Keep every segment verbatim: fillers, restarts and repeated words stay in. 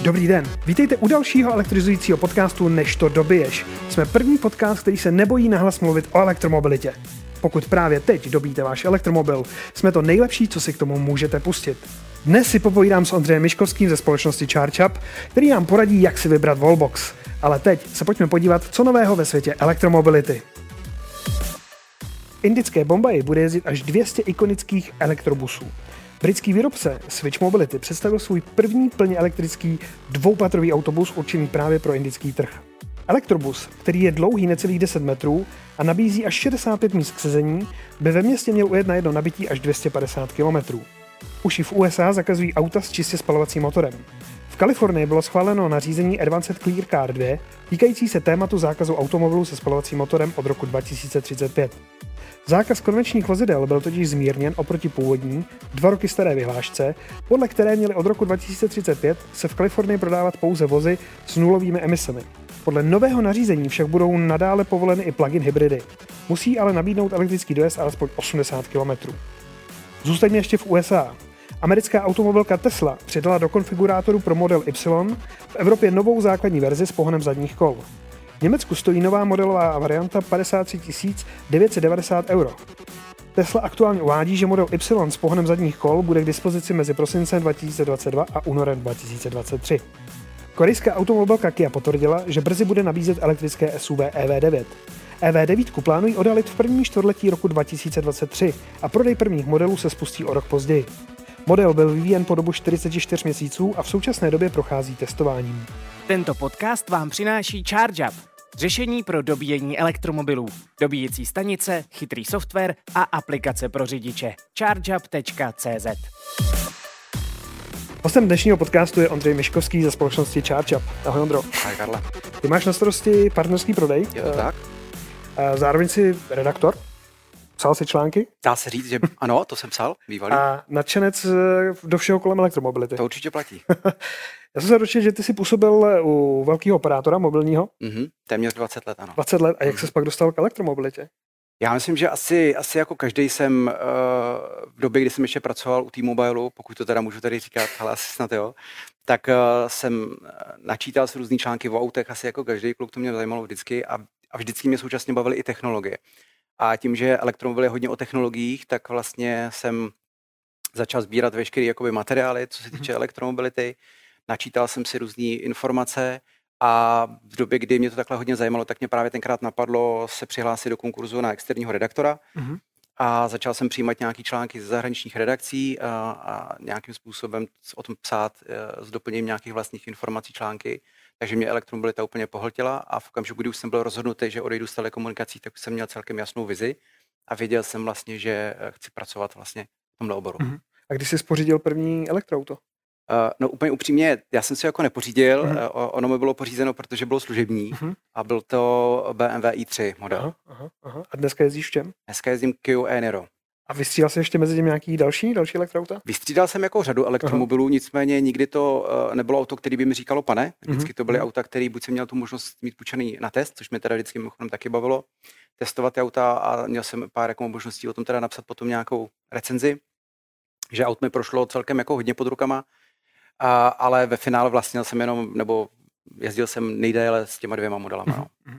Dobrý den, vítejte u dalšího elektrizujícího podcastu Než to dobiješ. Jsme první podcast, který se nebojí nahlas mluvit o elektromobilitě. Pokud právě teď dobíte váš elektromobil, jsme to nejlepší, co si k tomu můžete pustit. Dnes si popovídám s Ondřejem Miškovským ze společnosti Charge Up, který nám poradí, jak si vybrat wallbox. Ale teď se pojďme podívat, co nového ve světě elektromobility. Indické Bombaji bude jezdit až dvě stě ikonických elektrobusů. Britský výrobce Switch Mobility představil svůj první plně elektrický dvoupatrový autobus určený právě pro indický trh. Elektrobus, který je dlouhý necelých deset metrů a nabízí až šedesát pět míst k sezení, by ve městě měl ujet na jedno nabití až dvě stě padesát kilometrů. Už i v U S A zakazují auta s čistě spalovacím motorem. V Kalifornii bylo schváleno nařízení Advanced Clear Car dva, týkající se tématu zákazu automobilů se spalovacím motorem od roku dva tisíce třicet pět. Zákaz konvenčních vozidel byl totiž zmírněn oproti původní, dva roky staré vyhlášce, podle které měly od roku dva tisíce třicet pět se v Kalifornii prodávat pouze vozy s nulovými emisemi. Podle nového nařízení však budou nadále povoleny i plug-in hybridy. Musí ale nabídnout elektrický dojezd alespoň osmdesát kilometrů. Zůstaňme ještě v U S A. Americká automobilka Tesla přidala do konfigurátoru pro model Y v Evropě novou základní verzi s pohonem zadních kol. V Německu stojí nová modelová varianta padesát tři tisíc devět set devadesát euro. Tesla aktuálně uvádí, že model Y s pohonem zadních kol bude k dispozici mezi prosincem dva tisíce dvacet dva a únorem dva tisíce dvacet tři. Korejská automobilka Kia potvrdila, že brzy bude nabízet elektrické S U V E V devět. E V devět plánují odhalit v první čtvrtletí roku dva tisíce dvacet tři a prodej prvních modelů se spustí o rok později. Model byl vyvíjen po dobu čtyřicet čtyři měsíců a v současné době prochází testováním. Tento podcast vám přináší Charge Up, řešení pro dobíjení elektromobilů, dobíjecí stanice, chytrý software a aplikace pro řidiče. charge up tečka cé zet. Hostem dnešního podcastu je Ondřej Miškovský ze společnosti Charge Up. Ahoj, Ondro. Ahoj, Karle. Ty máš na starosti partnerský prodej. Je to tak? Zároveň jsi redaktor. Psal jsi články? Dá se říct, že ano, to jsem psal, bývalý. A nadšenec do všeho kolem elektromobility. To určitě platí. Já jsem se dočetl, že ty jsi působil u velkého operátora mobilního. Mm-hmm, téměř dvacet let, ano. dvacet let. A jak mm-hmm. ses pak dostal k elektromobilitě? Já myslím, že asi, asi jako každý jsem uh, v době, kdy jsem ještě pracoval u T-Mobileu, pokud to teda můžu tady říkat, ale asi snad jo, tak uh, jsem načítal si různý články o autech, asi jako každý kluk, to mě zajímalo vždycky a, a vždycky mě současně bavily i technologie. A tím, že elektromobil je hodně o technologiích, tak vlastně jsem začal sbírat veškeré jakoby materiály, co se týče elektromobility. Načítal jsem si různé informace a v době, kdy mě to takhle hodně zajímalo, tak mě právě tenkrát napadlo se přihlásit do konkurzu na externího redaktora. Mm-hmm. A začal jsem přijímat nějaké články ze zahraničních redakcí a, a nějakým způsobem o tom psát s doplněním nějakých vlastních informací články. Takže mě elektromobilita úplně pohltila a v okamžiku, kdy už jsem byl rozhodnutý, že odejdu z telekomunikací, tak jsem měl celkem jasnou vizi a věděl jsem vlastně, že chci pracovat vlastně v tomhle oboru. Uh-huh. A když jsi spořídil první elektroauto? Uh, no úplně upřímně, já jsem si jako nepořídil, uh-huh. uh, ono mi bylo pořízeno, protože bylo služební uh-huh. a byl to B M W i tři model. Aha, aha, aha. A dneska jezdíš v čem? Dneska jezdím Kia e-Niro. A vystřídal jsi ještě mezi tím nějaký další, další elektroauta? Vystřídal jsem jako řadu elektromobilů, nicméně nikdy to uh, nebylo auto, který by mi říkalo pane. Vždycky to byly uh-huh. auta, které buď jsem měl tu možnost mít půjčený na test, což mě teda vždycky mimochodem taky bavilo, testovat auta a měl jsem pár jako možností o tom teda napsat potom nějakou recenzi, že aut mi prošlo celkem jako hodně pod rukama, a, ale ve finále vlastnil jsem jenom, nebo jezdil jsem nejdéle s těma dvěma modelama. Uh-huh. No.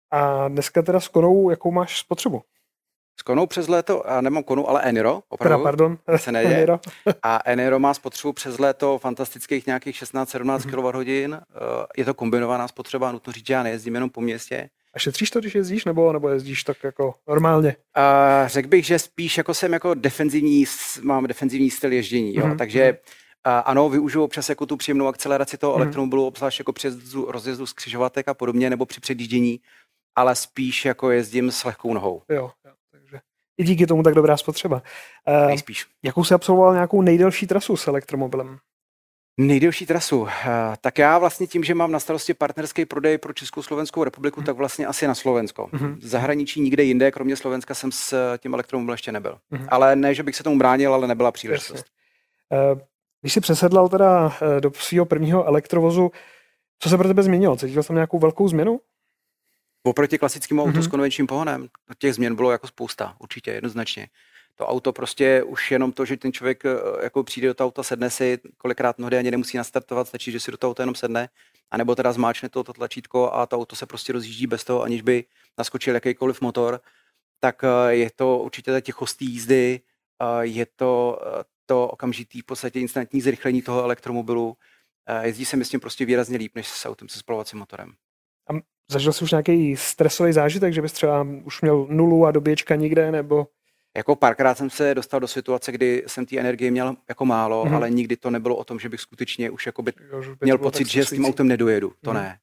A dneska teda s Konou, jakou máš spotřebu? S Konou přes léto, já nemám Konu, ale e-Niro, opravdu. Teda, pardon. Se nejde. A e-Niro má spotřebu přes léto fantastických nějakých šestnáct sedmnáct mm-hmm. kilowatthodin. Je to kombinovaná spotřeba, nutno říct, že já nejezdím jenom po městě. A šetříš to, když jezdíš, nebo, nebo jezdíš tak jako normálně? Uh, řekl bych, že spíš jako jsem jako defenzivní, mám defenzivní styl ježdění, jo? Mm-hmm. Takže uh, ano, využiju občas jako tu příjemnou akceleraci toho mm-hmm. elektromobilu, obzvlášť jako při rozjezdu z křižovatek a podobně, nebo při předjíždění, ale spíš jako jezdím s lehkou nohou. Jo, jo. Takže i díky tomu tak dobrá spotřeba. Uh, Nejspíš. Jakou jsi absolvoval nějakou nejdelší trasu s elektromobilem? Nejdelší trasu. Uh, tak já vlastně tím, že mám na starosti partnerský prodej pro Českou Slovenskou republiku, mm. tak vlastně asi na Slovensko. Mm. V zahraničí nikde jinde, kromě Slovenska jsem s tím elektromobilem ještě nebyl. Mm. Ale ne, že bych se tomu bránil, ale nebyla příležitost. Uh, když jsi přesedlal teda do svého prvního elektrovozu, co se pro tebe změnilo? Cítil jsi tam nějakou velkou změnu? Oproti klasickému autu mm-hmm. s konvenčním pohonem, těch změn bylo jako spousta, určitě, jednoznačně. To auto prostě už jenom to, že ten člověk jako přijde do toho auta, sedne si, kolikrát mnohdy ani nemusí nastartovat, stačí, že si do toho auta jenom sedne, anebo teda zmáčkne to, to tlačítko a to auto se prostě rozjíždí bez toho, aniž by naskočil jakýkoliv motor, tak je to určitě ta tichost jízdy, je to to okamžitý v podstatě instantní zrychlení toho elektromobilu. Jezdí se mi s tím prostě výrazně líp, než s autem se spalovacím motorem. A zažil jsi už nějaký stresový zážitek, že bys třeba už měl nulu a doběčka nikde, nebo... Jako párkrát jsem se dostal do situace, kdy jsem té energie měl jako málo, mm-hmm. ale nikdy to nebylo o tom, že bych skutečně už jakoby jo, už měl pocit, že s tím autem nedojedu. To mm-hmm. ne.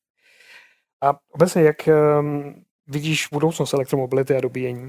A obecně, jak um, vidíš budoucnost elektromobility a dobíjení?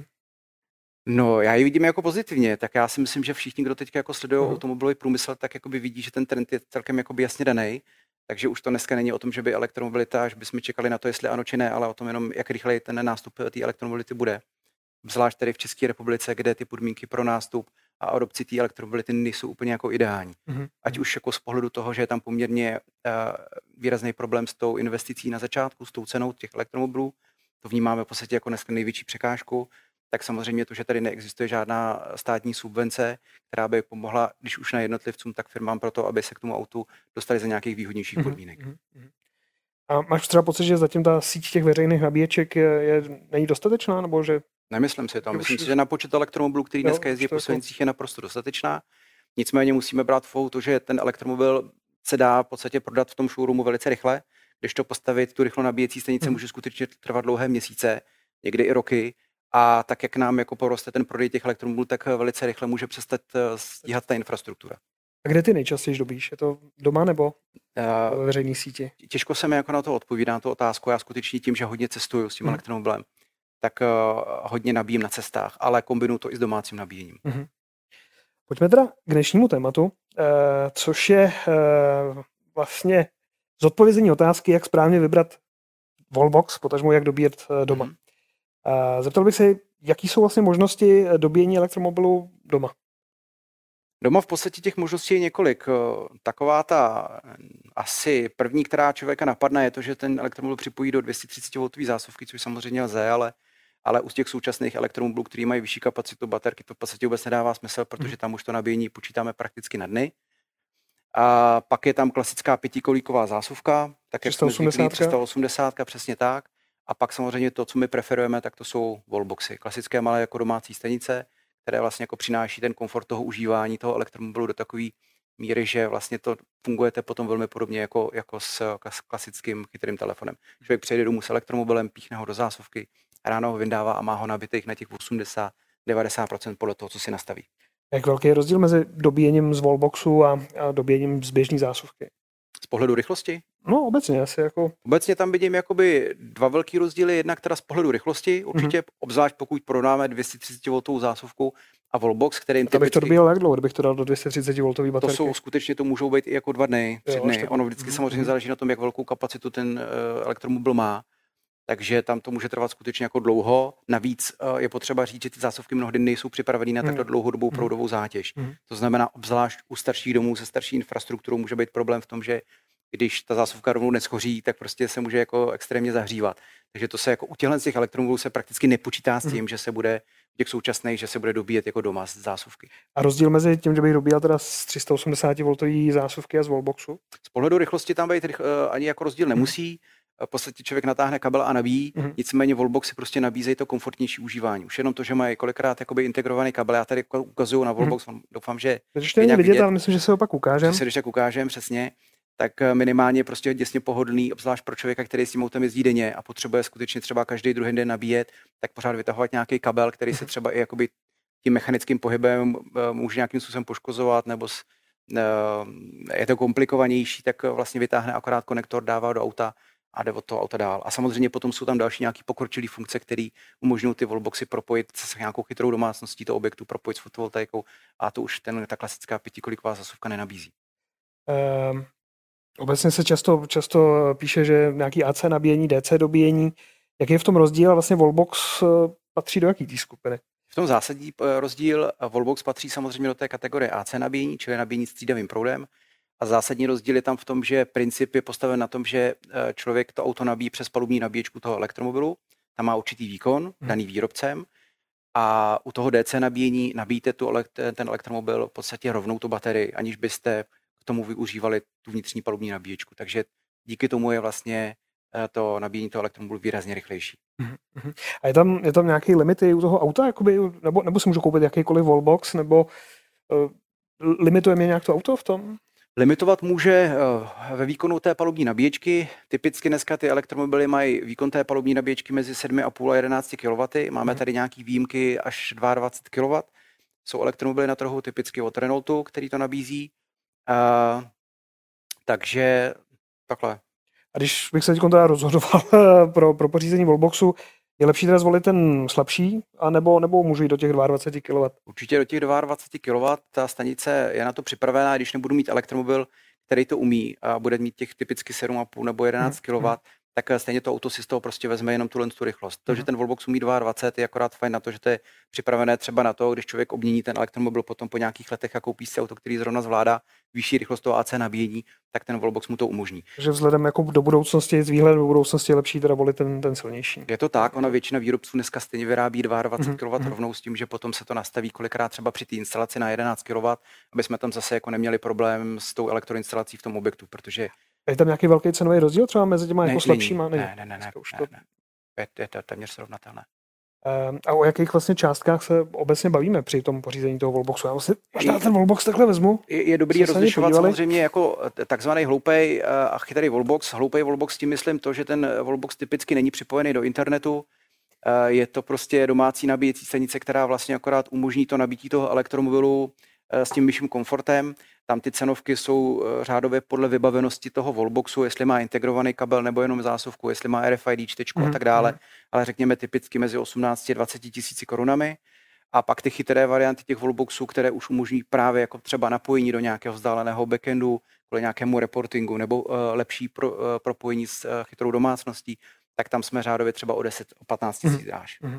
No, já ji vidím jako pozitivně, tak já si myslím, že všichni, kdo teďka jako sledují mm-hmm. automobilový průmysl, tak jakoby vidí, že ten trend je celkem jakoby jasně daný. Takže už to dneska není o tom, že by elektromobilita, až bychom čekali na to, jestli ano či ne, ale o tom jenom, jak rychleji ten nástup té elektromobility bude. Zvlášť tady v České republice, kde ty podmínky pro nástup a adopci té elektromobility nejsou úplně jako ideální. Mm-hmm. Ať už jako z pohledu toho, že je tam poměrně uh, výrazný problém s tou investicí na začátku, s tou cenou těch elektromobilů, to vnímáme v podstatě jako dneska největší překážku, tak samozřejmě to, že tady neexistuje žádná státní subvence, která by pomohla, když už na jednotlivcům, tak firmám pro to, aby se k tomu autu dostali za nějakých výhodnějších mm-hmm. podmínek. Mm-hmm. A máš třeba pocit, že zatím ta síť těch veřejných nabíječek je, je, není dostatečná, nebo že... Nemyslím si to. Myslím si, že na počet elektromobilů, který jo, dneska jezdí po silnicích, je naprosto dostatečná. Nicméně musíme brát v úvahu to, že ten elektromobil se dá v podstatě prodat v tom showroomu velice rychle, když to postavit tu rychlo nabíjecí stanice hmm. může skutečně trvat dlouhé měsíce, někdy i roky. A tak, jak nám jako poroste ten prodej těch elektromobilů, tak velice rychle může přestat stíhat ta infrastruktura. A kde ty nejčastěji dobíš? Je to doma nebo uh, ve veřejné síti? Těžko se mi jako na to odpovídá, na tu otázku. Já skutečně tím, že hodně cestuju s tím hmm. elektromobilem, tak uh, hodně nabíjím na cestách, ale kombinuju to i s domácím nabíjením. Mm-hmm. Pojďme teda k dnešnímu tématu, uh, což je uh, vlastně zodpovězení otázky, jak správně vybrat wallbox, potažmo jak dobíjet uh, doma. Mm-hmm. Uh, zeptal bych se, jaký jsou vlastně možnosti dobíjení elektromobilu doma? Doma v podstatě těch možností je několik. Taková ta asi první, která člověka napadne, je to, že ten elektromobil připojí do dvě stě třicet voltové zásuvky, což samozřejmě lze, ale, ale u těch současných elektromobilů, který mají vyšší kapacitu baterky, to v podstatě vůbec nedává smysl, protože tam už to nabíjení počítáme prakticky na dny. A pak je tam klasická pětikolíková zásuvka, tak jak jsme zvyklí, tři sta osmdesát, přesně tak. A pak samozřejmě to, co my preferujeme, tak to jsou wallboxy. Klasické malé jako domácí stanice, které vlastně jako přináší ten komfort toho užívání toho elektromobilu do takové míry, že vlastně to fungujete potom velmi podobně jako, jako s klasickým chytrým telefonem. Člověk přejde domů s elektromobilem, píchne ho do zásuvky, ráno ho vyndává a má ho nabitých na těch osmdesát až devadesát procent podle toho, co si nastaví. Jak velký je rozdíl mezi dobíjením z wallboxu a, a dobíjením z běžné zásuvky? Z pohledu rychlosti? No obecně asi jako... Obecně tam vidím jakoby dva velký rozdíly, jednak teda z pohledu rychlosti, určitě, mm-hmm. obzvlášť pokud porovnáme dvě stě třicet voltovou zásuvku a wallbox, který... To bych to dobíjel jak dlouho, kdybych to dal do dvě stě třicet voltové baterky? To jsou skutečně, to můžou být i jako dva dny, tři dny. Jo, ono vždycky mm-hmm. samozřejmě záleží na tom, jak velkou kapacitu ten uh, elektromobil má. Takže tam to může trvat skutečně jako dlouho. Navíc uh, je potřeba říct, že ty zásuvky mnohdy nejsou připravené na takto dlouhodobou proudovou zátěž. Mm. To znamená, obzvlášť u starších domů se starší infrastrukturou může být problém v tom, že když ta zásuvka rovnou neschoří, tak prostě se může jako extrémně zahřívat. Takže to se jako u těchto těch elektromobilů se prakticky nepočítá s tím, mm. že se bude v těch současných, že se bude dobíjet jako doma z zásuvky. A rozdíl mezi tím, že bych dobíjel teda z tři sta osmdesát voltové zásuvky a z wallboxu? Z pohledu rychlosti tam být uh, ani jako rozdíl nemusí. Mm. V podstatě člověk natáhne kabel a nabíjí, mm. nicméně wallboxy prostě nabízejí to komfortnější užívání. Už jenom to, že mají kolikrát jakoby integrovaný kabel, já tady ukazuju na wallbox, mm. doufám, že to je vidět, ale myslím, že se opak ukážem. Že se když tak ukážem, přesně. Tak minimálně prostě děsně pohodlný, obzvlášť pro člověka, který s tím autem jezdí denně a potřebuje skutečně třeba každý druhý den nabíjet, tak pořád vytahovat nějaký kabel, který se třeba i jakoby tím mechanickým pohybem může nějakým způsobem poškozovat, nebo s, je to komplikovanější, tak vlastně vytáhne akorát konektor, dává do auta a jde od toho auta dál. A samozřejmě potom jsou tam další nějaké pokročilé funkce, které umožňují ty wallboxy propojit s nějakou chytrou domácností toho objektu, propojit s fotovoltaikou a to už ten, ta klasická pětikolíková zásuvka nenabízí. Um... Obecně se často, často píše, že nějaký A C nabíjení, D C dobíjení. Jak je v tom rozdíl a vlastně wallbox patří do jaký té skupiny? V tom zásadní rozdíl wallbox patří samozřejmě do té kategorie A C nabíjení, čili nabíjení střídavým proudem. A zásadní rozdíl je tam v tom, že princip je postaven na tom, že člověk to auto nabíjí přes palubní nabíječku toho elektromobilu. Tam má určitý výkon, daný výrobcem. a u toho D C nabíjení nabíjíte tu elekt- ten elektromobil v podstatě rovnou tu baterii, aniž byste k tomu využívali tu vnitřní palubní nabíječku. Takže díky tomu je vlastně to nabíjení toho elektromobilu výrazně rychlejší. Mm-hmm. A je tam, je tam nějaký limity u toho auta, jakoby, nebo, nebo si můžu koupit jakýkoliv wallbox, nebo uh, limituje mě nějak to auto v tom? Limitovat může uh, ve výkonu té palubní nabíječky. Typicky dneska ty elektromobily mají výkon té palubní nabíječky mezi sedm a půl a jedenáct kilowattů. Máme mm. tady nějaký výjimky až dvacet dva kilowattů. Jsou elektromobily na trhu typicky od Renaultu, který to nabízí. Uh, takže takhle. A když bych se teď teda rozhodoval pro, pro pořízení wallboxu, je lepší teda zvolit ten slabší, anebo, nebo můžu jít do těch dvacet dva kilowattů? Určitě do těch dvacet dva kilowattů. Ta stanice je na to připravená, když nebudu mít elektromobil, který to umí a bude mít těch typicky sedm a půl nebo jedenáct kilowattů, tak stejně to auto si z toho prostě vezme jenom tuhle tu rychlost. To, že ten wallbox umí dvacet dva, je akorát fajn na to, že to je připravené třeba na to, když člověk obmění ten elektromobil potom po nějakých letech a koupí si auto, který zrovna zvládá vyšší rychlost toho A C nabíjení, tak ten wallbox mu to umožní. Takže vzhledem jako do budoucnosti, z výhledu do budoucnosti je lepší teda volit ten, ten silnější. Je to tak, ona většina výrobců dneska stejně vyrábí dvacet dva kilowattů rovnou s tím, že potom se to nastaví kolikrát třeba při té instalaci na jedenáct kilowattů, aby jsme tam zase jako neměli problém s tou elektroinstalací v tom objektu, protože je tam nějaký velký cenový rozdíl třeba mezi těma ne, jako slabšíma? Ne, ne, ne, ne, ne, ne, ne. Je, je to téměř srovnatelné. A o jakých vlastně částkách se obecně bavíme při tom pořízení toho wallboxu? Já vlastně možná ten wallbox takhle vezmu. Je, je dobrý rozlišovat samozřejmě jako takzvaný hloupej a chytrý wallbox. Hloupej wallbox, tím myslím to, že ten wallbox typicky není připojený do internetu. Je to prostě domácí nabíjecí stanice, která vlastně akorát umožní to nabití toho elektromobilu s tím vyšším komfortem. Tam ty cenovky jsou řádově podle vybavenosti toho wallboxu, jestli má integrovaný kabel nebo jenom zásuvku, jestli má R F I D čtečku mm. a tak dále, mm. ale řekněme typicky mezi osmnáct a dvacet tisíci korunami. A pak ty chytré varianty těch wallboxů, které už umožní právě jako třeba napojení do nějakého vzdáleného backendu, kvůli nějakému reportingu nebo uh, lepší pro, uh, propojení s uh, chytrou domácností, tak tam jsme řádově třeba o deset, o patnáct tisíc až. Mm.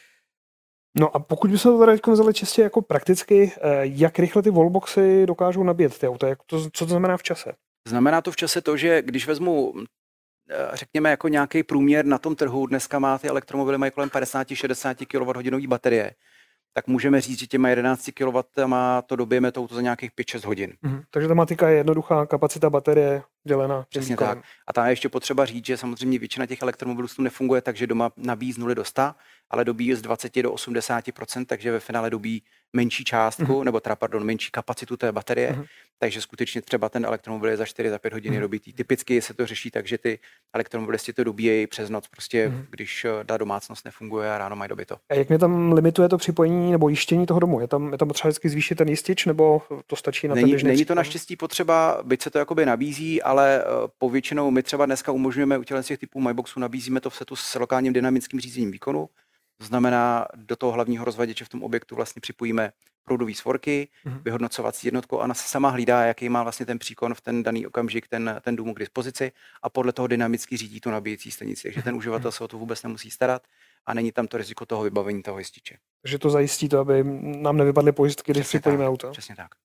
No a pokud bychom to tady vzali čistě jako prakticky, jak rychle ty wallboxy dokážou nabíjet ty auta? To, co to znamená v čase? Znamená to v čase to, že když vezmu, řekněme, jako nějaký průměr na tom trhu, dneska má ty elektromobily mají kolem padesát až šedesát kilowatthodin baterie, tak můžeme říct, že těma jedenáct kilowattů to dobijeme to auto za nějakých pět šest hodin. Mm-hmm. Takže ta matika je jednoduchá, kapacita baterie dělená. Přesně tak. A tam je ještě potřeba říct, že samozřejmě většina těch elektromobilů nefunguje tak, že doma nabíjí z nuly do sta, ale dobíjí z dvacet do osmdesáti procent, takže ve finále dobíjí menší částku, mm-hmm. nebo teda, pardon, menší kapacitu té baterie, mm-hmm. takže skutečně třeba ten elektromobil je za čtyři, za pět hodin mm-hmm. dobitý. Typicky se to řeší tak, že ty elektromobilisti to dobíjejí přes noc, prostě mm-hmm. když ta domácnost nefunguje a ráno mají dobito. A jak mě tam limituje to připojení nebo jištění toho domu? Je tam, je tam potřeba vždycky zvýšit ten jistič, nebo to stačí na ten běžný Není to naštěstí potřeba, byť se to jakoby nabízí, ale povětšinou my třeba dneska umožňujeme u těch typů MyBoxu, nabízíme to v setu s lokálním dynamickým řízením výkonu. To znamená, do toho hlavního rozvaděče v tom objektu vlastně připojíme proudové svorky, mm-hmm. vyhodnocovací jednotku a ona se sama hlídá, jaký má vlastně ten příkon v ten daný okamžik ten, ten dům k dispozici a podle toho dynamicky řídí tu nabíjecí stanici. Takže ten uživatel se o to vůbec nemusí starat a není tam to riziko toho vybavení toho jističe. Takže to zajistí to, aby nám nevypadly pojistky, když připojíme auto. Přesně tak.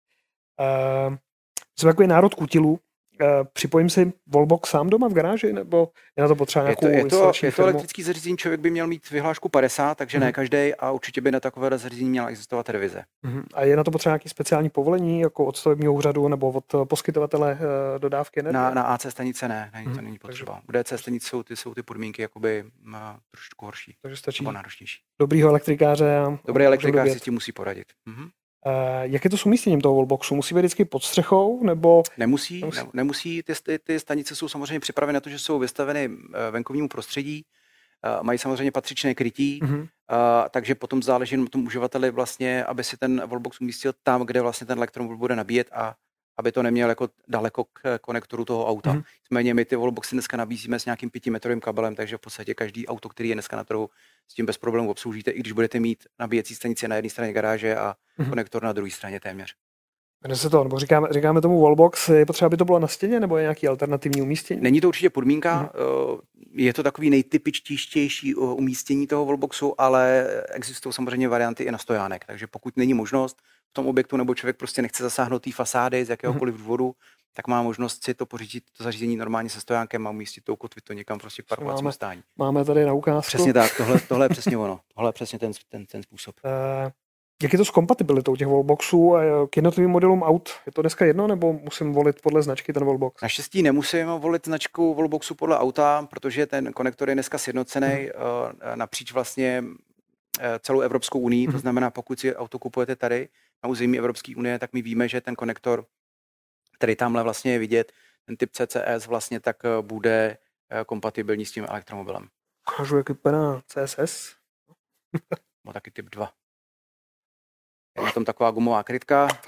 Uh, jsem takový národ kutilů. Uh, připojím si wallbox sám doma v garáži, nebo je na to potřeba nějakou je to, je to, je to firmu? elektrický zařízení, člověk by měl mít vyhlášku padesát, takže mm. ne každý a určitě by na takové zařízení měla existovat televize. Mm. A je na to potřeba nějaké speciální povolení, jako od stavebního úřadu nebo od poskytovatele uh, dodávky energie? Na, na A C stanice ne, není, mm. to není potřeba. Takže... U D C stanice jsou ty, jsou ty podmínky jakoby uh, trošku horší. Takže stačí nebo náročnější. Dobrýho elektrikáře. A Dobrý elektrikář si s tím musí poradit. Mm. Uh, jak je to s umístěním toho wallboxu? Musí být vždycky pod střechou? Nebo... Nemusí, nemusí. Ne, nemusí. Ty, ty stanice jsou samozřejmě připraveny na to, že jsou vystaveny venkovnímu prostředí, uh, mají samozřejmě patřičné krytí, mm-hmm. uh, takže potom záleží na tom uživateli vlastně, aby si ten wallbox umístil tam, kde vlastně ten elektromobil bude nabíjet a aby to neměl jako daleko k konektoru toho auta. Mm-hmm. Nicméně my ty wallboxy dneska nabízíme s nějakým pětimetrovým kabelem, takže v podstatě každý auto, který je dneska na trhu, s tím bez problémů obsloužíte, i když budete mít nabíjecí stanici na jedné straně garáže a mm-hmm. konektor na druhé straně téměř. Jmenuje se to, nebo říkáme, říkáme tomu wallbox, je potřeba, aby to bylo na stěně, nebo je nějaký alternativní umístění? Není to určitě podmínka, mm. Je to takový nejtypičtější umístění toho wallboxu, ale existují samozřejmě varianty i na stojánek, takže pokud není možnost v tom objektu, nebo člověk prostě nechce zasáhnout té fasády z jakéhokoliv důvodu, tak má možnost si to pořídit, to zařízení normálně se stojánkem a umístit to, ukotvit to někam prostě k parkovacímu stání. Máme tady na ukázku. Přesně tak, tohle, tohle je přesně ono, tohle je přesně ten, ten, ten způsob. Uh, jak je to s kompatibilitou těch wallboxů k jednotlivým modelům aut? Je to dneska jedno, nebo musím volit podle značky ten wallbox? Naštěstí nemusím volit značku wallboxu podle auta, protože ten konektor je dneska sjednocený hmm. uh, napříč vlastně celou Evropskou unii, to znamená, pokud si auto kupujete tady na území Evropské unie, tak my víme, že ten konektor, který tamhle vlastně je vidět, ten typ C C S vlastně tak bude kompatibilní s tím elektromobilem. Ukážu, jak vypadá C S S. No taky typ dva. Je na tom taková gumová krytka. Tak.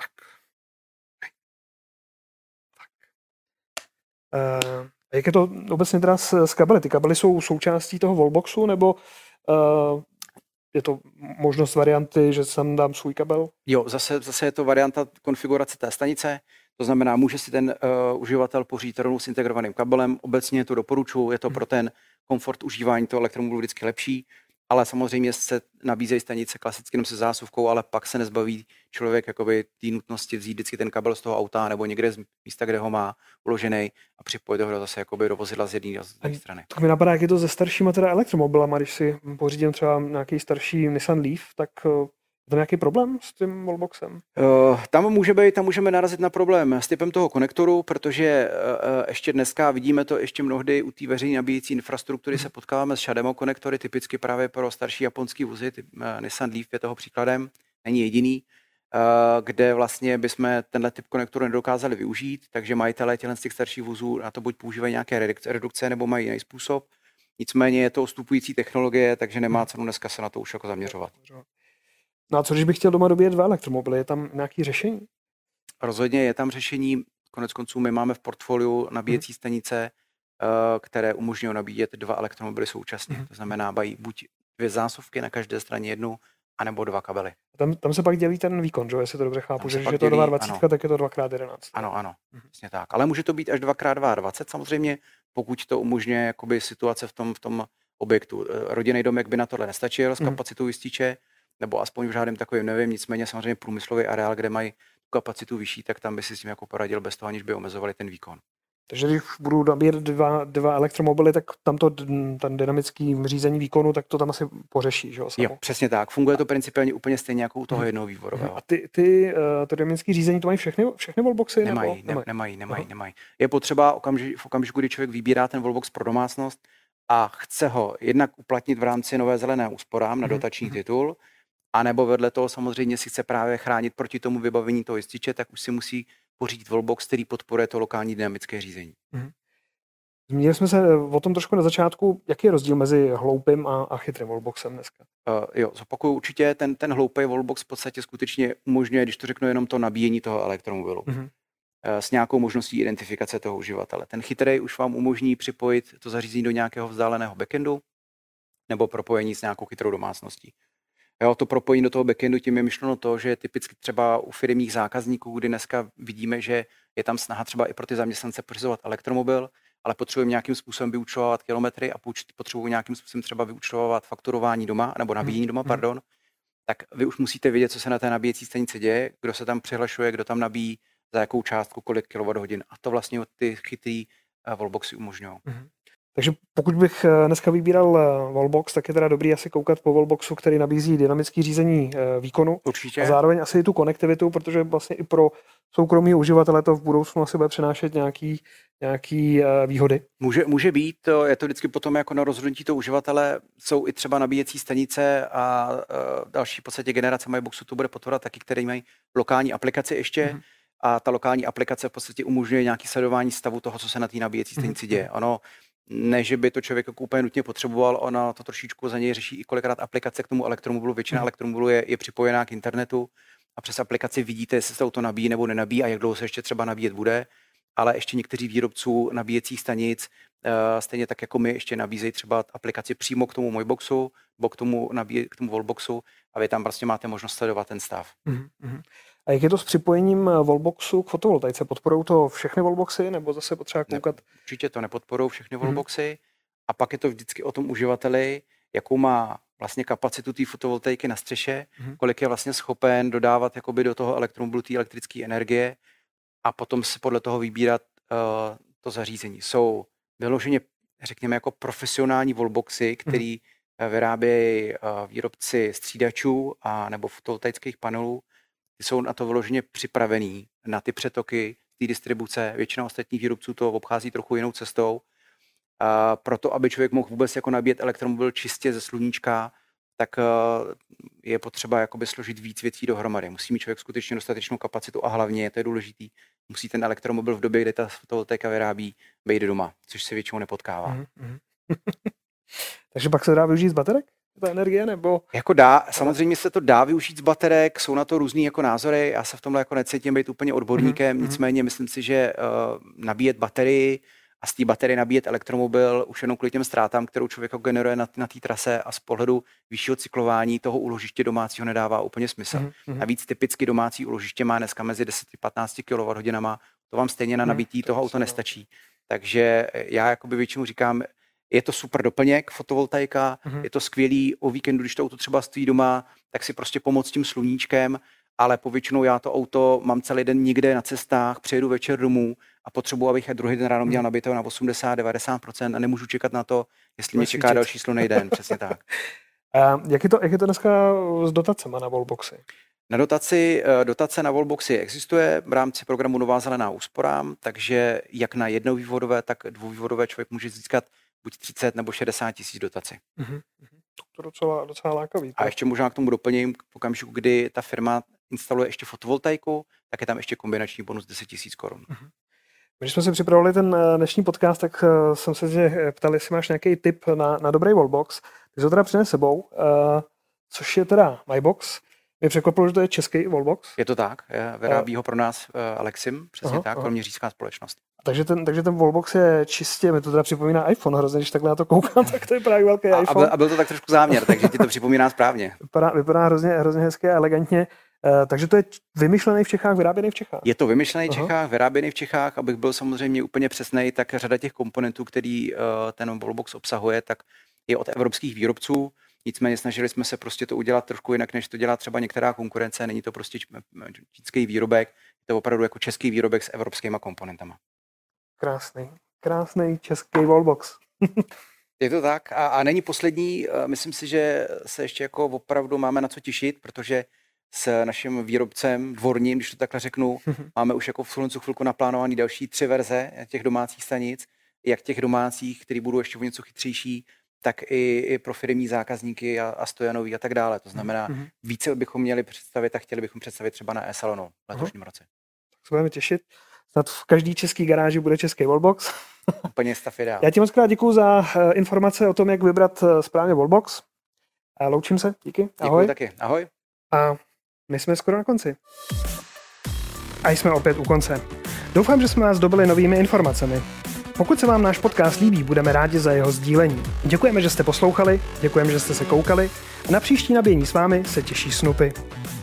tak. Uh, jak je to obecně teda s, s kabely? Ty kabely jsou součástí toho wallboxu, nebo uh, je to možnost varianty, že sem dám svůj kabel? Jo, zase, zase je to varianta konfigurace té stanice, to znamená, může si ten uh, uživatel pořídit rovnou s integrovaným kabelem, obecně to doporučuji, je to hmm. pro ten komfort užívání toho elektromobilu vždycky lepší, ale samozřejmě se nabízejí stanice klasicky jenom se zásuvkou, ale pak se nezbaví člověk jakoby té nutnosti vzít vždycky ten kabel z toho auta nebo někde z místa, kde ho má uložený a připojit ho zase jakoby do vozidla z jedné a z druhé strany. Tak mi napadá, jak je to se staršíma teda elektromobilama, když si pořídím třeba nějaký starší Nissan Leaf, tak je to nějaký problém s tím wallboxem? Uh, tam může být, tam můžeme narazit na problém s typem toho konektoru, protože uh, ještě dneska vidíme to ještě mnohdy u té veřejné nabíjecí infrastruktury se potkáváme s Shademo konektory, typicky právě pro starší japonský vozy, typ, uh, Nissan Leaf je toho příkladem, není jediný, uh, kde vlastně bychom tenhle typ konektoru nedokázali využít, takže majitelé těchto z těch starších vozů na to buď používají nějaké redukce, nebo mají jiný způsob. Nicméně je to ustupující technologie, takže nemá cenu dneska se na to už jako zaměřovat. No a co když bych chtěl doma dobíjet dva elektromobily, je tam nějaké řešení? Rozhodně je tam řešení, konec konců my máme v portfoliu nabíjecí stanice, které umožňují nabíjet dva elektromobily současně. Mm. To znamená, mají buď dvě zásuvky na každé straně jednu, anebo dva kabely. Tam, tam se pak dělí ten výkon, že? Jestli to dobře chápu, že když je to dvacet dva, tak je to dva krát jedenáct. Ano, ano, mm. přesně tak. Ale může to být až dva krát dvacet dva samozřejmě, pokud to umožňuje jakoby situace v tom, v tom objektu. Rodinný domek by na tohle nestačil s kapacitou jističe, nebo aspoň v žádném takovým nevím, nicméně samozřejmě průmyslový areál, kde mají kapacitu vyšší, tak tam by si s tím jako poradil bez toho, aniž by omezovali ten výkon. Takže když budu nabíjet dva, dva elektromobily, tak tam to ten dynamický řízení výkonu, tak to tam asi pořeší, že jo? Jo, přesně tak. Funguje to principiálně úplně stejně jako u toho jednoho vývorového. A ty, ty to dynamické řízení, to mají všechny, všechny wallboxy? Nemají, nebo? Ne, nemají, nemají, nemají, nemají. Je potřeba okamži, v okamžiku, kdy člověk vybírá ten wallbox pro domácnost a chce ho jednak uplatnit v rámci nové zelené úsporám na dotační mm-hmm. titul, a nebo vedle toho samozřejmě si chce právě chránit proti tomu vybavení toho jističe, tak už si musí pořídit wallbox, který podporuje to lokální dynamické řízení. Mm-hmm. Zmínili jsme se o tom trošku na začátku, jaký je rozdíl mezi hloupým a, a chytrým wallboxem dneska? Uh, jo, zopakuju určitě, ten, ten hloupý wallbox v podstatě skutečně umožňuje, když to řeknu, jenom to nabíjení toho elektromobilu. Mm-hmm. Uh, s nějakou možností identifikace toho uživatele. Ten chytrý už vám umožní připojit to zařízení do nějakého vzdáleného backendu nebo propojení s nějakou chytrou domácností. Jo, to propojení do toho backendu, tím je myšleno to, že typicky třeba u firemních zákazníků, kdy dneska vidíme, že je tam snaha třeba i pro ty zaměstnance pořizovat elektromobil, ale potřebujeme nějakým způsobem vyúčtovat kilometry a potřebují nějakým způsobem třeba vyúčtovat fakturování doma, nebo nabíjení doma, pardon, tak vy už musíte vědět, co se na té nabíjecí stanici děje, kdo se tam přihlašuje, kdo tam nabíjí, za jakou částku, kolik kilowatthodin. A to vlastně ty chytrý wallboxy umožňují. Mm-hmm. Takže pokud bych dneska vybíral wallbox, tak je teda dobrý asi koukat po wallboxu, který nabízí dynamické řízení výkonu. Určitě. A zároveň asi i tu konektivitu, protože vlastně i pro soukromí uživatele to v budoucnu asi bude přinášet nějaký, nějaký výhody. Může, může být, to je to vždycky potom jako na rozhodnutí toho uživatele. Jsou i třeba nabíjecí stanice a uh, další v podstatě generace MyBoxu to bude podporovat taky, které mají lokální aplikaci ještě. Mm-hmm. A ta lokální aplikace v podstatě umožňuje nějaké sledování stavu toho, co se na té nabíjecí stanici děje. Ono, ne, že by to člověk jako úplně nutně potřeboval, ona to trošičku za něj řeší i kolikrát aplikace k tomu elektromobilu. Většina mm. elektromobilu je, je připojená k internetu a přes aplikaci vidíte, jestli se auto nabíjí nebo nenabíjí a jak dlouho se ještě třeba nabíjet bude. Ale ještě někteří výrobců nabíjecích stanic, uh, stejně tak jako my, ještě nabízejí třeba aplikaci přímo k tomu MyBoxu, nebo k tomu, nabíje, k tomu wallboxu a vy tam prostě máte možnost sledovat ten stav. Mm-hmm. A jak je to s připojením wallboxu k fotovoltaice? Podporují to všechny wallboxy, nebo zase potřeba koukat? Ne, určitě to nepodporují všechny wallboxy. Hmm. A pak je to vždycky o tom uživateli, jakou má vlastně kapacitu té fotovoltaiky na střeše, hmm. kolik je vlastně schopen dodávat jakoby do toho elektromobilu té elektrické energie a potom si podle toho vybírat uh, to zařízení. Jsou vyloženě, řekněme, jako profesionální wallboxy, který hmm. vyrábějí uh, výrobci střídačů a nebo fotovoltaických panelů. Ty jsou na to vyloženě připravený, na ty přetoky té distribuce. Většina ostatních výrobců to obchází trochu jinou cestou. A proto, aby člověk mohl vůbec jako nabíjet elektromobil čistě ze sluníčka, tak je potřeba jakoby složit víc věcí dohromady. Musí mít člověk skutečně dostatečnou kapacitu a hlavně, to je důležitý, musí ten elektromobil v době, kdy ta fotovoltaika vyrábí, být doma, což se většinou nepotkává. Mm-hmm. Takže pak se dá využít z baterek ta energie, nebo? Jako dá, samozřejmě se to dá využít z baterek, jsou na to různý jako názory, já se v tomhle jako necítím být úplně odborníkem, mm-hmm. nicméně myslím si, že uh, nabíjet baterii a z té baterie nabíjet elektromobil už jenom kvůli těm ztrátám, kterou člověk generuje na, na té trase a z pohledu vyššího cyklování toho úložiště domácího nedává úplně smysl. Mm-hmm. Navíc typicky domácí úložiště má dneska mezi deset až patnáct kilowatthodinama, to vám stejně na nabití mm, toho auta nestačí. Takže já jakoby většinou říkám, je to super doplněk, fotovoltaika, mm-hmm. je to skvělý o víkendu, když to auto třeba stojí doma, tak si prostě pomoct tím sluníčkem, ale povětšinou já to auto mám celý den někde na cestách, přijedu večer domů a potřebuji, abych druhý den ráno měl nabito na osmdesát až devadesát procent a nemůžu čekat na to, jestli mě čeká další slunný den, přesně tak. A jak je to, jak je to dneska s dotacemi na wallboxy? Na dotaci, dotace na wallboxy existuje v rámci programu Nová zelená úsporám, takže jak na jednovývodové, tak dvouvývodové člověk může získat buď třicet nebo šedesát tisíc dotaci. Mm-hmm. To je docela, docela lákavý. A ještě možná k tomu doplním, v okamžiku, kdy ta firma instaluje ještě fotovoltaiku, tak je tam ještě kombinační bonus deset tisíc korun. Mm-hmm. Když jsme si připravili ten dnešní podcast, tak jsem se tě ptal, jestli máš nějaký tip na, na dobrý wallbox. Ty jsi to teda přines sebou, uh, což je teda MyBox. Mě překvapilo, že to je český wallbox. Je to tak, vyrábí ho pro nás uh, Alexim, přesně aha, tak, aha. Kroměřížská společnost. Takže ten, takže ten wallbox je čistě, mi to teda připomíná iPhone hrozně, když takhle na to koukám, tak to je právě velký a, iPhone. A byl to tak trošku záměr, takže ti to připomíná správně. Vypadá, vypadá hrozně, hrozně hezky a elegantně. Uh, takže to je vymyšlený v Čechách, vyráběný v Čechách? Je to vymyšlený v Čechách, vyráběný v Čechách, abych byl samozřejmě úplně přesnej, tak řada těch komponentů, který uh, ten wallbox obsahuje, tak je od evropských výrobců. Nicméně snažili jsme se prostě to udělat trošku jinak, než to dělá třeba některá konkurence. Není to prostě čínský výrobek, je to opravdu jako český výrobek s evropskýma komponentama. Krásný, krásný český wallbox. Je to tak a, a není poslední. Myslím si, že se ještě jako opravdu máme na co těšit, protože s naším výrobcem dvorním, když to takhle řeknu, máme už jako v tuhle chvilku naplánovaný další tři verze těch domácích stanic, jak těch domácích, které budou ještě o něco chytřejší, tak i, i pro firmní zákazníky a, a stojanový a tak dále. To znamená, mm-hmm. více bychom měli představit a chtěli bychom představit třeba na e-salonu v letošním roce. Tak se budeme těšit. Snad v každý český garáži bude český wallbox. Úplně stav ideál. Já ti moc krát děkuju za uh, informace o tom, jak vybrat uh, správně wallbox. A loučím se. Díky. Ahoj. Děkuju taky. Ahoj. A my jsme skoro na konci. A jsme opět u konce. Doufám, že jsme vás dobili novými informacemi. Pokud se vám náš podcast líbí, budeme rádi za jeho sdílení. Děkujeme, že jste poslouchali, děkujeme, že jste se koukali a na příští nabíjení s vámi se těší Snoopy.